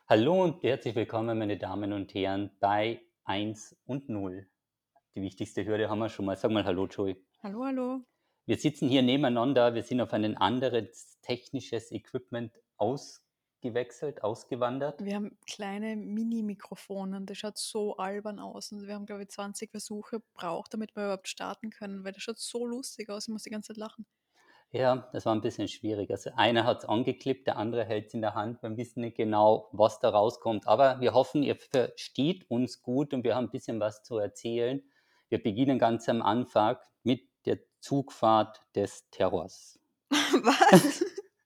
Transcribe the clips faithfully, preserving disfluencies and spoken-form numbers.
Hallo und herzlich willkommen, meine Damen und Herren, bei eins und null. Die wichtigste Hürde haben wir schon mal. Sag mal Hallo, Joey. Hallo, hallo. Wir sitzen hier nebeneinander. Wir sind auf ein anderes technisches Equipment ausgewechselt, ausgewandert. Wir haben kleine Mini-Mikrofone und das schaut so albern aus. Und wir haben, glaube ich, zwanzig Versuche gebraucht, damit wir überhaupt starten können, weil das schaut so lustig aus. Ich muss die ganze Zeit lachen. Ja, das war ein bisschen schwierig. Also einer hat es angeklippt, der andere hält es in der Hand. Wir wissen nicht genau, was da rauskommt. Aber wir hoffen, ihr versteht uns gut und wir haben ein bisschen was zu erzählen. Wir beginnen ganz am Anfang mit der Zugfahrt des Terrors. Was?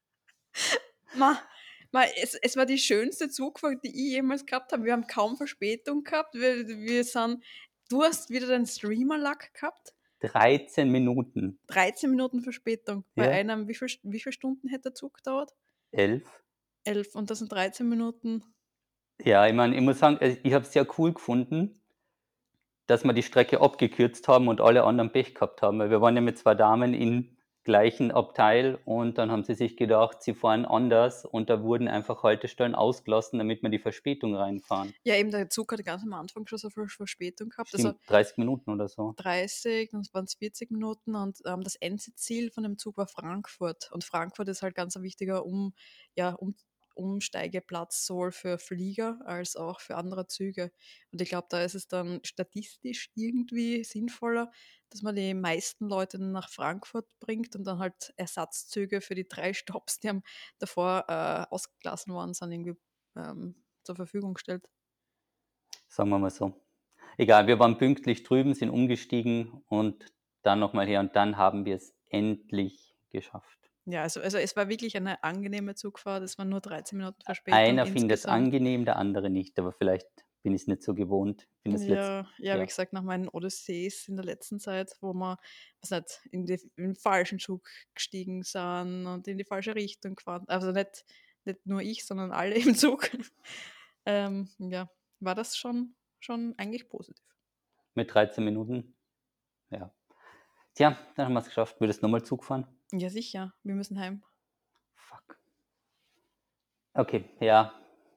Ma, ma es, es war die schönste Zugfahrt, die ich jemals gehabt habe. Wir haben kaum Verspätung gehabt. Wir, wir sind, du hast wieder deinen Streamer-Lack gehabt. dreizehn Minuten. dreizehn Minuten Verspätung. Bei Ja, einem, wie viel, wie viele Stunden hätte der Zug gedauert? elf. Elf. Und das sind dreizehn Minuten. Ja, ich meine, ich muss sagen, äh, ich habe es sehr cool gefunden, dass wir die Strecke abgekürzt haben und alle anderen Pech gehabt haben, weil wir waren ja mit zwei Damen im gleichen Abteil und dann haben sie sich gedacht, sie fahren anders und da wurden einfach Haltestellen ausgelassen, damit wir die Verspätung reinfahren. Ja, eben der Zug hat ganz am Anfang schon so viel Verspätung gehabt. Also Stimmt, dreißig Minuten oder so. dreißig, dann waren es vierzig Minuten und ähm, das Endziel von dem Zug war Frankfurt. Und Frankfurt ist halt ganz ein wichtiger um, ja, um, Umsteigeplatz sowohl für Flieger als auch für andere Züge. Und ich glaube, da ist es dann statistisch irgendwie sinnvoller, dass man die meisten Leute nach Frankfurt bringt und dann halt Ersatzzüge für die drei Stopps, die haben davor äh, ausgelassen worden sind, irgendwie ähm, zur Verfügung stellt. Sagen wir mal so. Egal, wir waren pünktlich drüben, sind umgestiegen und dann nochmal her und dann haben wir es endlich geschafft. Ja, also also es war wirklich eine angenehme Zugfahrt. Es waren nur dreizehn Minuten Verspätung Einer findet es insgesamt. angenehm, der andere nicht, aber vielleicht bin ich es nicht so gewohnt. Bin das letzt Ja, ja, wie ja. gesagt, nach meinen Odyssees in der letzten Zeit, wo wir, weiß nicht, in die in den falschen Zug gestiegen sind und in die falsche Richtung gefahren. Also nicht nicht nur ich, sondern alle im Zug. Ähm, ja, war das schon schon eigentlich positiv. Mit dreizehn Minuten, ja. Tja, dann haben wir es geschafft. Würdest du noch mal Zug fahren? Ja, sicher, wir müssen heim. Fuck. Okay, ja,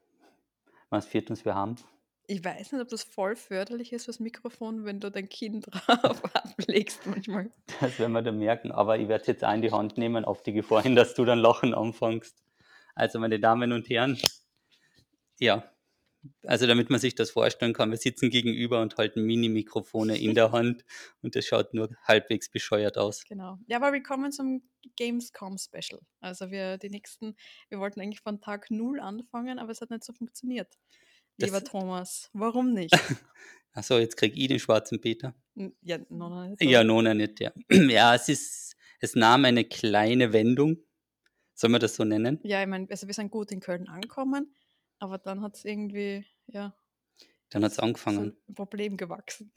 was viertens wir haben. Ich weiß nicht, ob das voll förderlich ist fürs Mikrofon, wenn du dein Kinn drauf ablegst manchmal. Das werden wir dann merken, aber ich werde es jetzt auch in die Hand nehmen, auf die Gefahr hin, dass du dann lachen anfängst. Also, meine Damen und Herren, ja, also damit man sich das vorstellen kann, wir sitzen gegenüber und halten Mini-Mikrofone in der Hand und das schaut nur halbwegs bescheuert aus. Genau. Ja, aber willkommen zum Gamescom Special. Also wir die nächsten wir wollten eigentlich von Tag null anfangen, aber es hat nicht so funktioniert. Lieber Das Thomas, warum nicht? ach so, jetzt kriege ich den schwarzen Peter. Hm, ja, noch noch nicht Ja, so. Nona nicht, ja. Ja, es ist es nahm eine kleine Wendung. Soll man das so nennen? Ja, ich meine, also wir sind gut in Köln angekommen, aber dann hat es irgendwie, ja, Dann hat's ist ist angefangen. ein Problem gewachsen.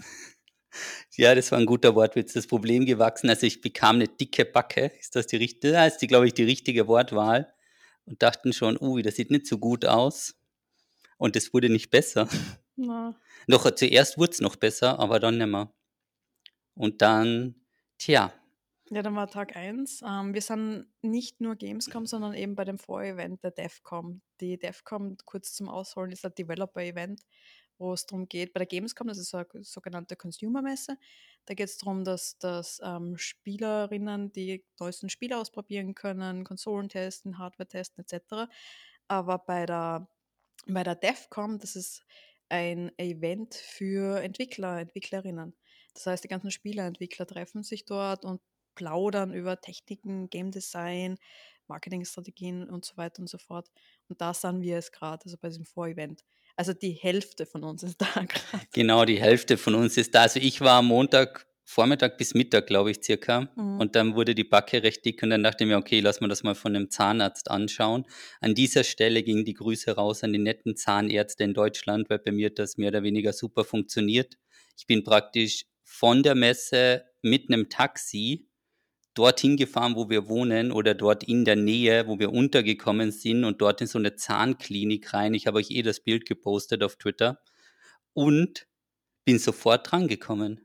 Ja, das war ein guter Wortwitz. Das Problem gewachsen, also ich bekam eine dicke Backe. Ist das die richtige? Ja, ist die, glaube ich, die richtige Wortwahl. Und dachten schon, ui, das sieht nicht so gut aus. Und es wurde nicht besser. Na, Doch zuerst wurde es noch besser, aber dann nimmer. Und dann, tja, ja, dann war Tag eins. Ähm, wir sind nicht nur Gamescom, sondern eben bei dem Vorevent der DevCom. Die DevCom, kurz zum Ausholen, ist ein Developer-Event, wo es darum geht, bei der Gamescom, das ist eine sogenannte Consumer-Messe, da geht es darum, dass, dass ähm, Spielerinnen die neuesten Spiele ausprobieren können, Konsolen testen, Hardware testen et cetera. Aber bei der, bei der DevCom, das ist ein Event für Entwickler, Entwicklerinnen. Das heißt, die ganzen Spieleentwickler treffen sich dort und plaudern über Techniken, Game Design, Marketingstrategien und so weiter und so fort. Und da sind wir es gerade, also bei diesem Vorevent. Also die Hälfte von uns ist da gerade. genau die Hälfte von uns ist da. Also ich war am Montag Vormittag bis Mittag, glaube ich, circa. Mhm. Und dann wurde die Backe recht dick und dann dachte ich mir, okay, lass mal das mal von einem Zahnarzt anschauen. An dieser Stelle gingen die Grüße raus an die netten Zahnärzte in Deutschland, weil bei mir das mehr oder weniger super funktioniert. Ich bin praktisch von der Messe mit einem Taxi dorthin gefahren, wo wir wohnen oder dort in der Nähe, wo wir untergekommen sind und dort in so eine Zahnklinik rein. Ich habe euch eh das Bild gepostet auf Twitter und bin sofort drangekommen.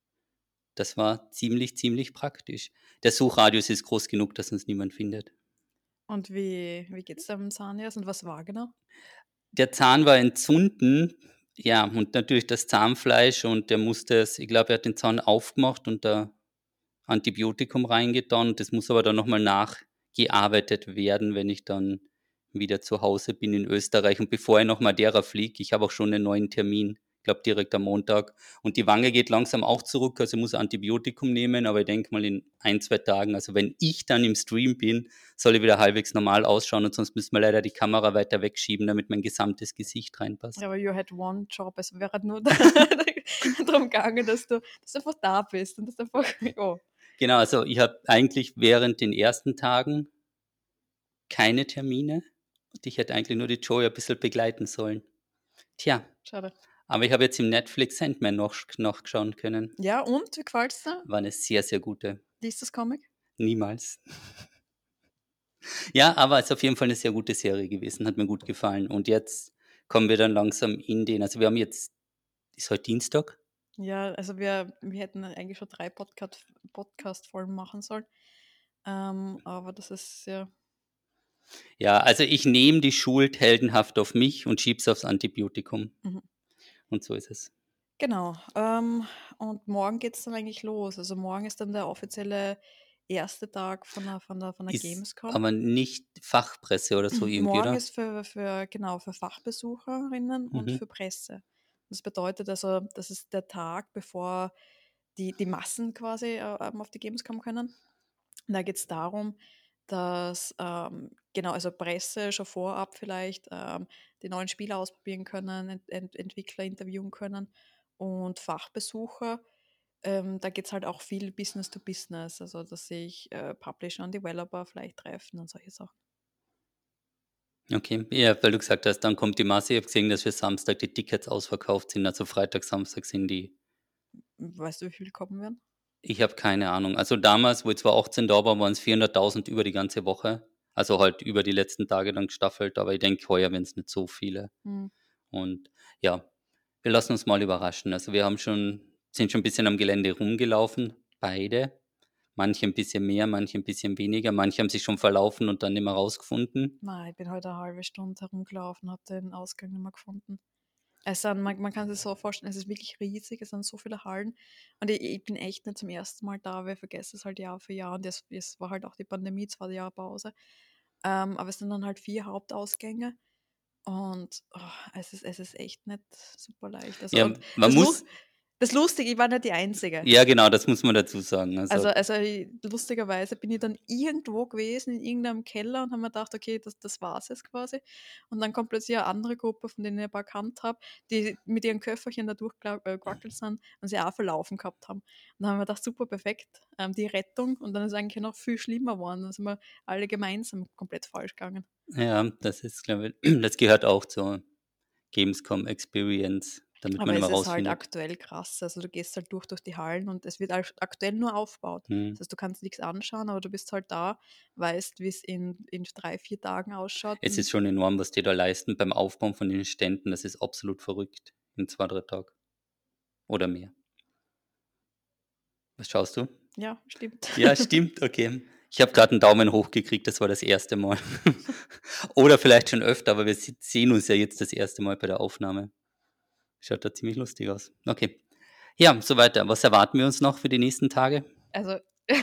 Das war ziemlich, ziemlich praktisch. Der Suchradius ist groß genug, dass uns niemand findet. Und wie, wie geht es deinem Zahnarzt und was war genau? Der Zahn war entzünden, ja, und natürlich das Zahnfleisch und der musste es ich glaube, er hat den Zahn aufgemacht und da Antibiotikum reingetan. Das muss aber dann noch mal nachgearbeitet werden, wenn ich dann wieder zu Hause bin in Österreich und bevor ich nach Madeira fliege. Ich habe auch schon 'nen neuen Termin, ich glaube direkt am Montag. Und die Wange geht langsam auch zurück, also ich muss Antibiotikum nehmen, aber ich denke mal in ein, zwei Tagen also wenn ich dann im Stream bin, soll ich wieder halbwegs normal ausschauen und sonst müssen wir leider die Kamera weiter wegschieben, damit mein gesamtes Gesicht reinpasst. Ja, aber you had one job. Es wäre halt nur darum gegangen, dass du dass du einfach da bist und das einfach ja. Genau, also ich habe eigentlich während den ersten Tagen keine Termine und ich hätte eigentlich nur die Joey ein bisschen begleiten sollen. Tja, Schade. aber ich habe jetzt im Netflix Sandman noch sch nachschauen können. Ja, und wie gefällt's dir? War 'ne sehr, sehr gute. Liest das Comic? Niemals. Ja, aber ist auf jeden Fall 'ne sehr gute Serie gewesen, hat mir gut gefallen. Und jetzt kommen wir dann langsam in den also wir haben jetzt ist heute Dienstag? Ja, also wir wir hätten eigentlich schon drei Podcat Podcast-Folgen machen sollen. Ähm, aber das ist ja Ja, also ich nehme die Schuld heldenhaft auf mich und schiebe es aufs Antibiotikum. Mhm. Und so ist es. Genau. Ähm, und morgen geht's dann eigentlich los. Also morgen ist dann der offizielle erste Tag von der von der von der Ist Gamescom. aber nicht Fachpresse oder so irgendwie, Morgen oder? ist für für genau, für Fachbesucherinnen und Mhm. für Presse. Das bedeutet also, das ist der Tag, bevor die die Massen quasi, äh, ähm, auf die Gamescom können. Und da geht's darum, dass, ähm, genau, also Presse schon vorab vielleicht, ähm, die neuen Spiele ausprobieren können, Ent Ent Entwickler interviewen können und Fachbesucher, ähm, da geht's halt auch viel Business to Business, also dass sich, äh, Publisher und Developer vielleicht treffen und solche Sachen. Okay, ja, weil du gesagt hast, dann kommt die Masse. Ich habe gesehen, dass für Samstag die Tickets ausverkauft sind. Also Freitag, Samstag sind die Weißt du, wie viel kommen werden? Ich habe keine Ahnung. Also damals, wo ich zwanzig achtzehn da war, waren's vierhunderttausend über die ganze Woche. Also halt über die letzten Tage dann gestaffelt, aber ich denke, heuer werden's nicht so viele. Mhm. Und ja, wir lassen uns mal überraschen. Also wir haben schon sind schon 'n bisschen am Gelände rumgelaufen, beide. Manche 'n bisschen mehr, manche 'n bisschen weniger. Manche haben sich schon verlaufen und dann nicht mehr rausgefunden. Nein, ich bin heute 'ne halbe Stunde herumgelaufen, habe den Ausgang nicht mehr gefunden. Es sind man man kann sich so vorstellen, es ist wirklich riesig, es sind so viele Hallen und i ich bin echt nicht zum ersten Mal da, weil ich vergesse es halt Jahr für Jahr und es es war halt auch die Pandemie, zwei Jahre Pause. Ähm, aber es sind dann halt vier Hauptausgänge und, oh, es ist es ist echt nicht super leicht. Also Ja, und man das Lu muss das Lustige, ich war nicht die Einzige. Ja, genau, das muss man dazu sagen. Also Also also i lustigerweise bin ich dann irgendwo gewesen in irgendeinem Keller und habe mir gedacht: „Okay, das das war's jetzt quasi.“ Und dann kommt plötzlich eine andere Gruppe, von denen ich ein paar gekannt habe, die mit ihren Köfferchen da durchgla äh, gewackelt sind und sich auch verlaufen gehabt haben. Und dann habe ich mir gedacht: „Super, perfekt, ähm, die Rettung.“ Und dann ist eigentlich noch viel schlimmer geworden. Dann sind wir alle gemeinsam komplett falsch gegangen. Ja, das ist, glaube ich das gehört auch zur Gamescom Experience, damit man Aber immer es ist halt rausfindet aktuell krass. Also, du gehst halt durch durch die Hallen und es wird ak aktuell nur aufgebaut. Mhm. Das heißt, du kannst nix anschauen, aber du bist halt da, weißt, wie's in in drei, vier Tagen ausschaut Es ist und schon enorm, was die da leisten beim Aufbauen von den Ständen. Das ist absolut verrückt in zwei, drei Tagen oder mehr. Was schaust du? Ja, stimmt. Ja, stimmt, okay. Ich habe grad 'n Daumen hoch gekriegt, das war das erste Mal. Oder vielleicht schon öfter, aber wir se sehen uns ja jetzt das erste Mal bei der Aufnahme. Schaut da ziemlich lustig aus. Okay. Ja, so weiter. Was erwarten wir uns noch für die nächsten Tage? Also,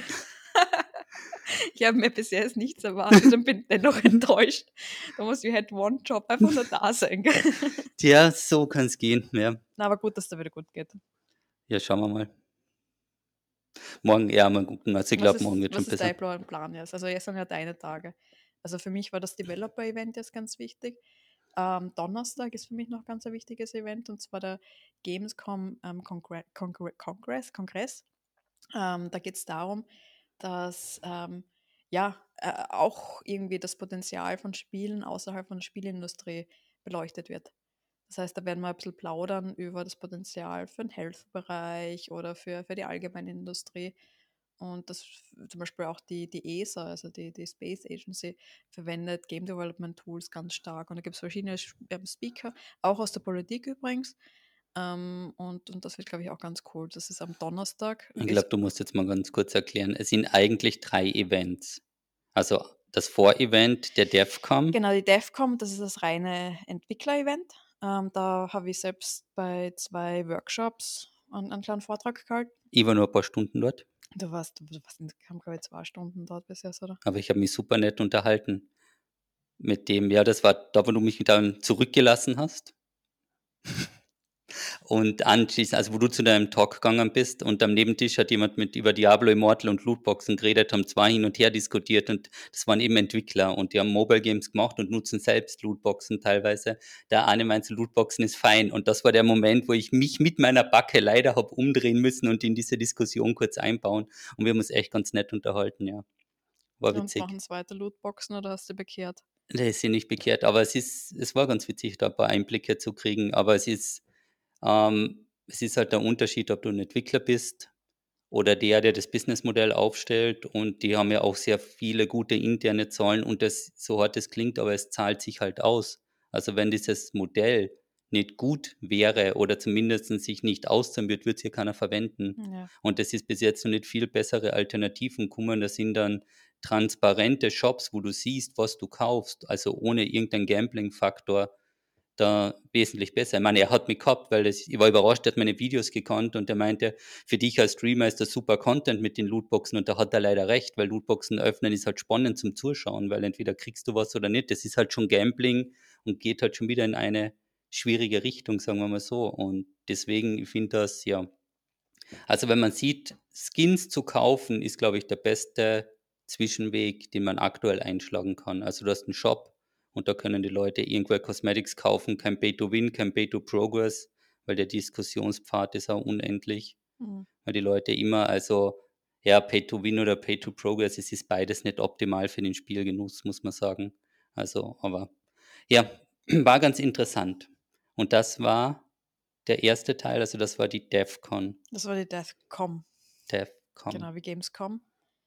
ich habe mir bisher jetzt nichts erwartet und bin dennoch enttäuscht. Thomas, you had one job, einfach nur da sein, gell? Tja, so kann's gehen, ja. Na, aber gut, dass dir wieder gut geht. Ja, schauen wir mal. Morgen ja, mal gucken. Also, ich Was glaube, morgen ist wird schon was ist besser. dein Pla Plan jetzt? Also, jetzt sind ja deine Tage. Also, für mich war das Developer-Event jetzt ganz wichtig. Ähm, Donnerstag ist für mich noch ganz ein wichtiges Event und zwar der Gamescom, ähm, Congre Congre Congress Kongress. Ähm, da geht's darum, dass, ähm, ja, äh, auch irgendwie das Potenzial von Spielen außerhalb von der Spieleindustrie beleuchtet wird. Das heißt, da werden wir ein bisschen plaudern über das Potenzial für den Health-Bereich oder für für die allgemeine Industrie. Und das f zum Beispiel auch die die E S A, also die die Space Agency, verwendet Game Development Tools ganz stark. Und da gibt's verschiedene sch ähm, Speaker, auch aus der Politik übrigens. Ähm, und und das wird, glaube ich, auch ganz cool. Das ist am Donnerstag. Ich Ist glaube, du musst jetzt mal ganz kurz erklären. Es sind eigentlich drei Events. Also Das Vorevent der DEFCON. Genau, die DEFCON, das ist das reine Entwickler-Event. Ähm, da habe ich selbst bei zwei Workshops einen, einen kleinen Vortrag gehalten. Ich war nur ein paar Stunden dort, Du warst, du warst, haben glaube ich zwei Stunden dort bis jetzt, oder? aber ich habe mich super nett unterhalten mit dem, ja, das war da, wo du mich dann zurückgelassen hast. Und anschließend, also wo du zu deinem Talk gegangen bist und am Nebentisch hat jemand mit über Diablo Immortal und Lootboxen geredet, haben zwar hin und her diskutiert und das waren eben Entwickler und die haben Mobile Games gemacht und nutzen selbst Lootboxen teilweise. Der eine meinte, Lootboxen ist fein und das war der Moment, wo ich mich mit meiner Backe leider habe umdrehen müssen und in diese Diskussion kurz einbauen und wir haben uns echt ganz nett unterhalten, ja. War Und witzig. machen es weiter Lootboxen oder hast du bekehrt? Der ist ja nicht bekehrt, aber es ist es war ganz witzig, da ein paar Einblicke zu kriegen, aber es ist ähm, es ist halt der Unterschied, ob du 'n Entwickler bist oder der, der das Businessmodell aufstellt und die haben ja auch sehr viele gute interne Zahlen und das so hart es klingt, aber es zahlt sich halt aus. Also, wenn dieses Modell nicht gut wäre oder zumindestens sich nicht auszahlen wird, wird's hier keiner verwenden. Ja. Und es ist bis jetzt noch nicht viel bessere Alternativen gekommen. Das sind dann transparente Shops, wo du siehst, was du kaufst, also ohne irgendeinen Gambling-Faktor da wesentlich besser. Ich meine, er hat mich gehabt, weil das, ich war überrascht, er hat meine Videos gekannt und er meinte, für dich als Streamer ist das super Content mit den Lootboxen und da hat er leider recht, weil Lootboxen öffnen ist halt spannend zum Zuschauen, weil entweder kriegst du was oder nicht. Das ist halt schon Gambling und geht halt schon wieder in eine schwierige Richtung, sagen wir mal so. Und deswegen, ich finde das, ja, also wenn man sieht, Skins zu kaufen, ist, glaube ich, der beste Zwischenweg, den man aktuell einschlagen kann. Also du hast einen Shop und da können die Leute irgendwelche Cosmetics kaufen, kein Pay to Win, kein Pay to Progress, weil der Diskussionspfad ist auch unendlich, Mhm. weil die Leute immer, also ja, Pay to Win oder Pay to Progress, es ist beides nicht optimal für den Spielgenuss, muss man sagen. Also, aber ja, war ganz interessant. Und das war der erste Teil, also das war die DEFCON. Das war die DEFCON, DEFCON genau wie Gamescom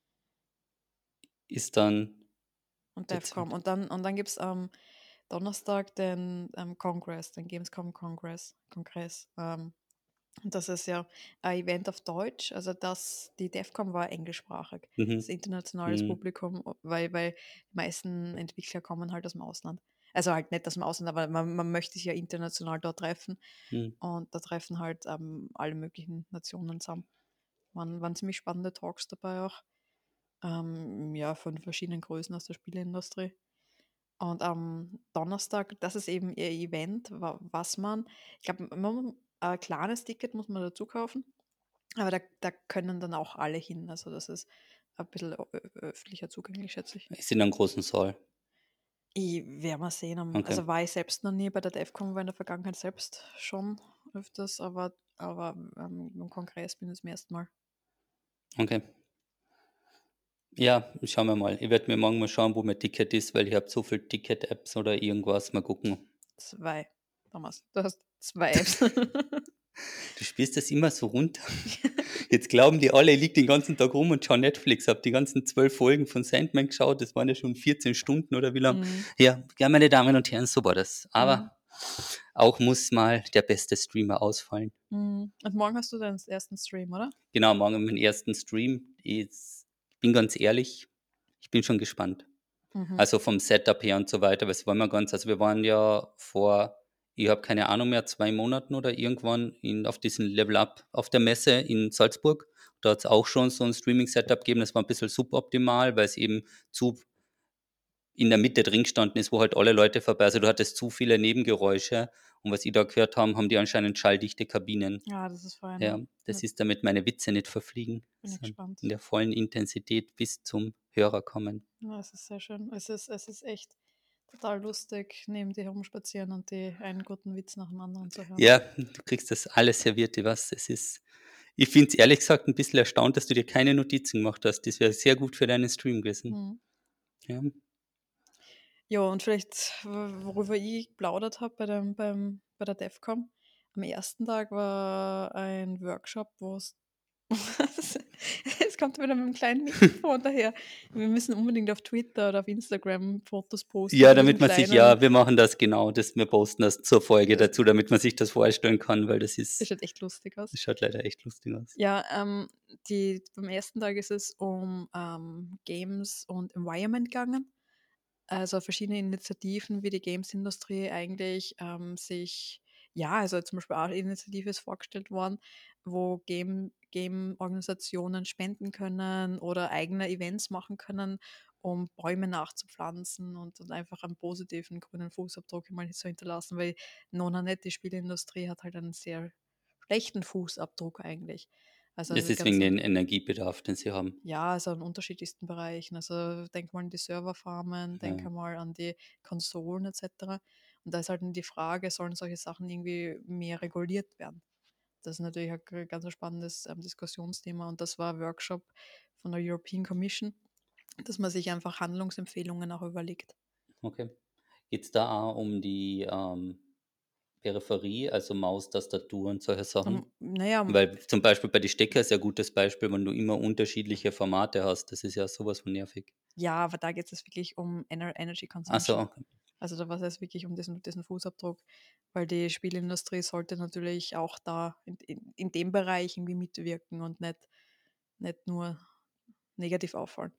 ist dann und der DEFCON. zweite. Und dann, und dann gibt es am Donnerstag den ähm, Congress, den Gamescom Congress, Kongress. Ähm, und das ist ja ein Event auf Deutsch. Also das, die DEFCON war englischsprachig. Das Mhm. ist internationales Mhm. Publikum, weil, weil die meisten Entwickler kommen halt aus dem Ausland. Also halt nicht aus dem Ausland, aber man, man möchte sich ja international dort treffen. Mhm. Und da treffen halt ähm, alle möglichen Nationen zusammen. Waren, waren ziemlich spannende Talks dabei auch. Ähm, ja, von verschiedenen Größen aus der Spieleindustrie. Und am Donnerstag, das ist eben ihr Event, wa- was man, ich glaube, ein kleines Ticket muss man dazu kaufen, aber da, da können dann auch alle hin. Also das ist ein bisschen ö- ö- öffentlicher zugänglich, schätze ich. Ist in einem großen Saal. Ich werde mal sehen. am- Okay, Also war ich selbst noch nie bei der DEFCON, war in der Vergangenheit selbst schon öfters, aber, aber ähm, im Kongress bin ich zum ersten Mal. okay. Ja, schauen wir mal. Ich werde mir morgen mal schauen, wo mein Ticket ist, weil ich habe so viel Ticket-Apps oder irgendwas. Mal gucken. Zwei. Thomas, du hast zwei Apps. Du spielst das immer so runter. Jetzt glauben die alle, ich liege den ganzen Tag rum und schaue Netflix. Habe die ganzen zwölf Folgen von Sandman geschaut. Das waren ja schon vierzehn Stunden oder wie lang. Mhm. Ja, ja, meine Damen und Herren, so war das. Mhm. Aber auch muss mal der beste Streamer ausfallen. Mhm. Und morgen hast du deinen ersten Stream, oder? Genau, morgen meinen ersten Stream. Ich bin ganz ehrlich, ich bin schon gespannt. Mhm. Also vom Setup her und so weiter. Was wollen wir ganz, also wir waren ja vor, ich habe keine Ahnung mehr, zwei Monaten oder irgendwann in, auf diesem Level Up auf der Messe in Salzburg. Da hat es auch schon so ein Streaming-Setup gegeben. Das war ein bisschen suboptimal, weil es eben zu in der Mitte drin gestanden ist, wo halt alle Leute vorbei, also du hattest zu viele Nebengeräusche und was ich da gehört haben, haben die anscheinend schalldichte Kabinen. Ja, das ist fein, Ja, ja. das Ja, ist, damit meine Witze nicht verfliegen, bin ich sondern gespannt. in der vollen Intensität bis zum Hörer kommen. Ja, es ist sehr schön. Es ist, es ist echt total lustig, neben dir herumspazieren und die einen guten Witz nach dem anderen zu hören. Ja, du kriegst das alles serviert, ich weiß, es ist, ich finde es ehrlich gesagt ein bisschen erstaunt, dass du dir keine Notizen gemacht hast. Das wäre sehr gut für deinen Stream gewesen. Mhm. Ja. Ja, und vielleicht, w- worüber ich geplaudert habe bei, dem, beim, bei der DEFCON. Am ersten Tag war ein Workshop, wo es. Es kommt wieder mit 'nem kleinen Mikrofon daher. Wir müssen unbedingt auf Twitter oder auf Instagram Fotos posten Ja, von diesem damit man sich kleinen ja, wir machen das genau, das wir posten das zur Folge das dazu, damit man sich das vorstellen kann, weil das das ist schaut echt lustig aus. das schaut leider echt lustig aus. Ja, ähm, die beim ersten Tag ist es um, ähm, Games und Environment gegangen. Also, verschiedene Initiativen, wie die Games-Industrie eigentlich, ähm, sich ja, also zum Beispiel eine Initiative ist vorgestellt worden, wo Game Game-Organisationen spenden können oder eigene Events machen können, um Bäume nachzupflanzen und und einfach einen positiven grünen Fußabdruck mal so hinterlassen, weil nona nicht die Spieleindustrie hat halt einen sehr schlechten Fußabdruck eigentlich. Also, Das die ist wegen ganzen den Energiebedarf, den sie haben. ja, also in unterschiedlichsten Bereichen. Also denk mal an die Serverfarmen, denk Ja, mal an die Konsolen et cetera. Und da ist halt dann die Frage, sollen solche Sachen irgendwie mehr reguliert werden? Das ist natürlich ein g ganz ein spannendes, ähm, Diskussionsthema und das war ein Workshop von der European Commission, dass man sich einfach Handlungsempfehlungen auch überlegt. okay. Geht's da auch um die, ähm, Peripherie, also Maus, Tastatur und solche Ähm, Sachen? na ja, Weil zum Beispiel bei die Stecker ist ja 'n gutes Beispiel, wenn du immer unterschiedliche Formate hast. Das ist ja sowas von nervig. ja, aber da geht es wirklich um Ener Energy Ach so, Consumption. okay. Also da war es wirklich um diesen diesen Fußabdruck, weil die Spielindustrie sollte natürlich auch da in in in dem Bereich irgendwie mitwirken und nicht nicht nur negativ auffallen.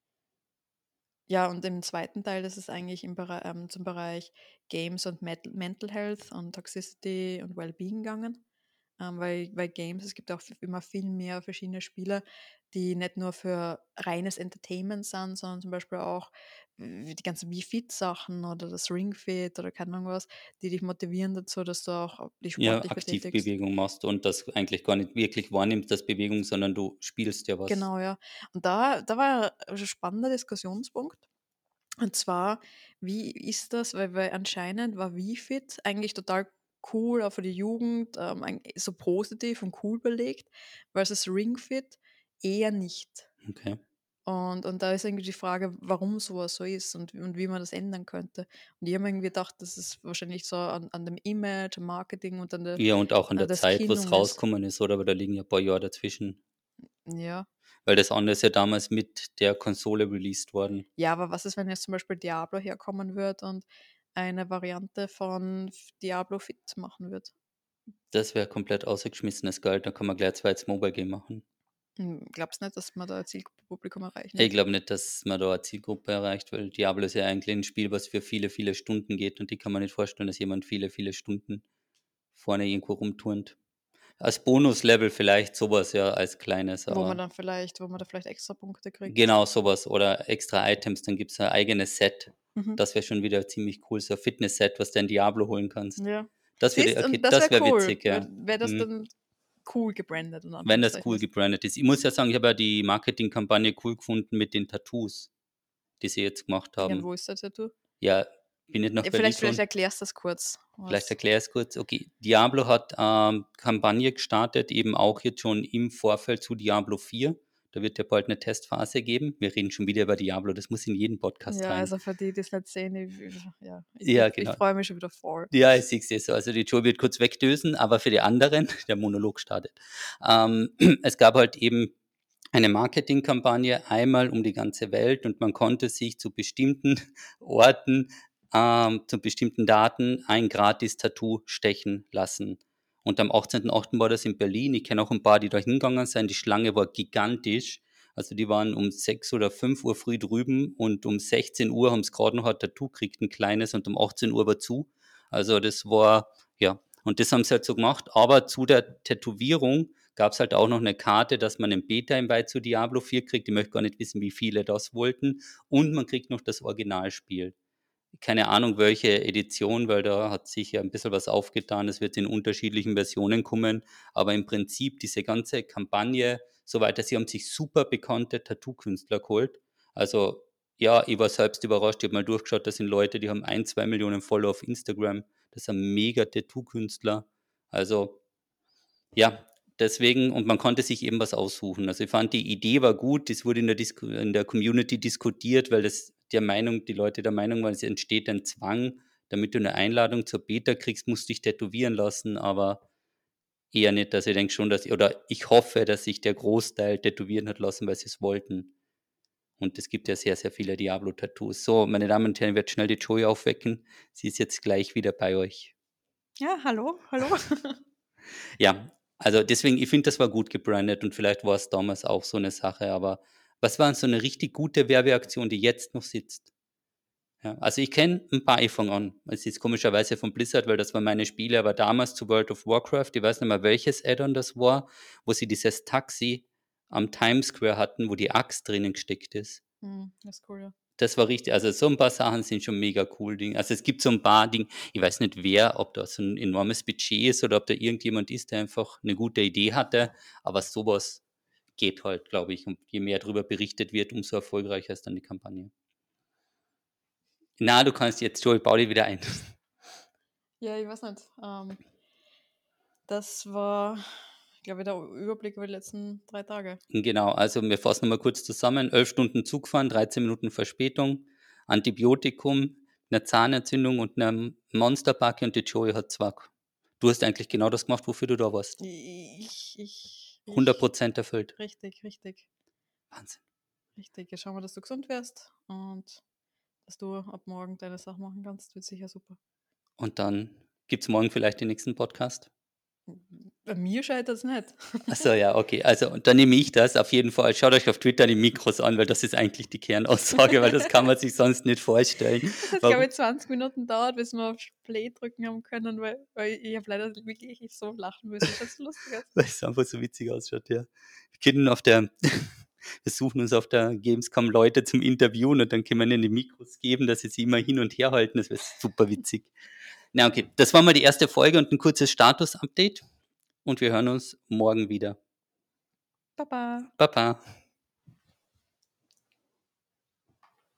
Ja, und im zweiten Teil ist es eigentlich im Berei ähm, zum Bereich Games und Mental Mental Health und Toxicity und Wellbeing gegangen. Ähm, weil weil Games es gibt auch v immer viel mehr verschiedene Spiele, die nicht nur für reines Entertainment sind, sondern zum Beispiel auch w die ganzen Wii-Fit-Sachen oder das Ring Fit oder keine Ahnung was, die dich motivieren dazu, dass du auch dich Ja, sportlich betätigst. Aktivbewegung machst und das eigentlich gar nicht wirklich wahrnimmst als Bewegung, sondern du spielst ja was. Genau, ja. Und da da war ein spannender Diskussionspunkt. Und zwar, wie ist das? Weil weil anscheinend war WiFit eigentlich total cool, auch für die Jugend, ähm, eig so positiv und cool belegt, versus RingFit eher nicht. Okay. Und und da ist irgendwie die Frage, warum so was so ist und und wie man das ändern könnte. Und ich habe mir irgendwie gedacht, dass es wahrscheinlich so an an dem Image, am Marketing und an der Ja, und auch an äh, der der Zeit, wo's Skinung ist. rausgekommen ist, oder? Aber da liegen ja ein paar Jahre dazwischen, Ja. weil das andere ist ja damals mit der Konsole released worden. Ja, aber was ist, wenn jetzt zum Beispiel Diablo herkommen wird und eine Variante von F Diablo Fit machen wird? Das wäre komplett ausgeschmissenes Geld, da kann man gleich 'n zweites Mobile Game machen. Hm, glaubst nicht, dass man da ein Zielpublikum erreichen Ich wird? glaube nicht, dass man da 'ne Zielgruppe erreicht, weil Diablo ist ja eigentlich 'n Spiel, was für viele, viele Stunden geht und ich kann mir nicht vorstellen, dass jemand viele, viele Stunden vorne irgendwo rumturnt. Als Bonuslevel vielleicht so was, ja, als kleines, Wo man aber dann vielleicht wo man da vielleicht extra Punkte kriegt. genau so was oder extra Items, dann gibt's 'n eigenes Set. Mhm. Das wäre schon wieder ziemlich cool, so 'n Fitness-Set, was du in Diablo holen kannst. Ja. Das würde Siehst, und okay, das das wäre wäre cool. witzig, Wäre ja. wäre das Mhm. dann cool gebrandet in Wenn das Anführungszeichen cool ist. gebrandet ist. Ich muss ja sagen, ich habe ja die Marketingkampagne cool gefunden mit den Tattoos, die sie jetzt gemacht Ja, und haben. wo ist das Tattoo? Ja, bin nicht nach Ja, Berlin vielleicht vielleicht geflogen. erklärst du das kurz, Vielleicht was erkläre ich's kurz. Okay, Diablo hat, ähm, Kampagne gestartet, eben auch jetzt schon im Vorfeld zu Diablo vier. Da wird ja bald 'ne Testphase geben. Wir reden schon wieder über Diablo, das muss in jeden Podcast ja, rein. also für die, die's nicht sehen, ich ich ja, ich ich Ja, ich genau. freue mich schon wieder voll. Ja, ich sehe es so. Also, die Joe wird kurz wegdösen, aber für die anderen der Monolog startet. Ähm, es gab halt eben eine Marketingkampagne einmal um die ganze Welt und man konnte sich zu bestimmten Orten, ähm, zu bestimmten Daten ein Gratis-Tattoo stechen lassen. Und am achtzehnten achten war das in Berlin. Ich kenne auch ein paar, die da hingegangen sind. Die Schlange war gigantisch. Also, die waren um sechs oder fünf Uhr früh drüben und um sechzehn Uhr haben sie grad noch ein Tattoo gekriegt, 'n kleines, und um achtzehn Uhr war zu. Also, das war ja, und das haben sie halt so gemacht. Aber zu der Tätowierung gab's halt auch noch 'ne Karte, dass man 'nen Beta-Invite zu Diablo vier kriegt. Ich möchte gar nicht wissen, wie viele das wollten. Und man kriegt noch das Originalspiel. Keine Ahnung, welche Edition, weil da hat sich ja 'n bisschen was aufgetan. Es wird in unterschiedlichen Versionen kommen, aber im Prinzip diese ganze Kampagne so weiter, sie haben sich super bekannte Tattoo-Künstler geholt. Also, ja, ich war selbst überrascht. Ich habe mal durchgeschaut, das sind Leute, die haben ein zwei Millionen Follower auf Instagram. Das sind mega Tattoo-Künstler. Also, ja, deswegen, und man konnte sich eben was aussuchen. Also, ich fand, die Idee war gut. Das wurde in der Disku in der Community diskutiert, weil das der Meinung die Leute der Meinung waren, es entsteht ein Zwang. Damit du 'ne Einladung zur Beta kriegst, musst du dich tätowieren lassen, aber eher nicht. Also, ich denke schon, dass oder ich hoffe, dass sich der Großteil tätowieren hat lassen, weil sie es wollten. Und es gibt ja sehr, sehr viele Diablo-Tattoos. So, meine Damen und Herren, ich werde schnell die Joey aufwecken. Sie ist jetzt gleich wieder bei euch. Ja, hallo, hallo. Ja, also deswegen, ich finde, das war gut gebrandet und vielleicht war es damals auch so eine Sache, aber was war denn so eine richtig gute Werbeaktion, die jetzt noch sitzt? Ja, also ich kenne ein paar, ich fange an. Es ist komischerweise von Blizzard, weil das waren meine Spiele, aber damals zu World of Warcraft, ich weiß nicht mehr, welches Add-on das war, wo sie dieses Taxi am Times Square hatten, wo die Axt drinnen gesteckt ist. Mhm, das ist cool, ja. Das war richtig, also so ein paar Sachen sind schon mega cool Ding. Also, es gibt so ein paar Dinge, ich weiß nicht wer, ob das so 'n enormes Budget ist oder ob da irgendjemand ist, der einfach eine gute Idee hatte, aber sowas geht halt, glaube ich, und je mehr darüber berichtet wird, umso erfolgreicher ist dann die Kampagne. Na, du kannst jetzt Joey, bau dich wieder ein. Ja, ich weiß nicht. Ähm, das war, glaube ich, der Überblick über die letzten drei Tage. Genau, also wir fassen noch mal kurz zusammen. elf Stunden Zug fahren, dreizehn Minuten Verspätung, Antibiotikum, 'ne Zahnentzündung und 'nem Monsterbacke und die Joey hat Zwack. Du hast eigentlich genau das gemacht, wofür du da warst. Ich, ich, hundert ich, Prozent erfüllt. richtig, richtig, Wahnsinn. richtig. Ja, schauen wir, dass du gesund wirst und dass du ab morgen deine Sachen machen kannst, wird sicher super. Und dann gibt's morgen vielleicht den nächsten Podcast? Bei mir scheitert es nicht. Ach so, ja, okay. Also, und dann nehme ich das auf jeden Fall. Schaut euch auf Twitter die Mikros an, weil das ist eigentlich die Kernaussage, weil das kann man sich sonst nicht vorstellen. Das hat, glaube Warum? ich, zwanzig Minuten dauert, bis wir auf Play drücken haben können, weil, weil ich habe leider wirklich so lachen müssen, weil es so lustig ist. Weil es einfach so witzig ausschaut, ja. Wir können auf der wir suchen uns auf der Gamescom Leute zum Interviewen und dann können wir ihnen die Mikros geben, dass sie sie immer hin und her halten. Das wäre super witzig. Na, okay, das war mal die erste Folge und ein kurzes Status-Update und wir hören uns morgen wieder. Baba. Baba.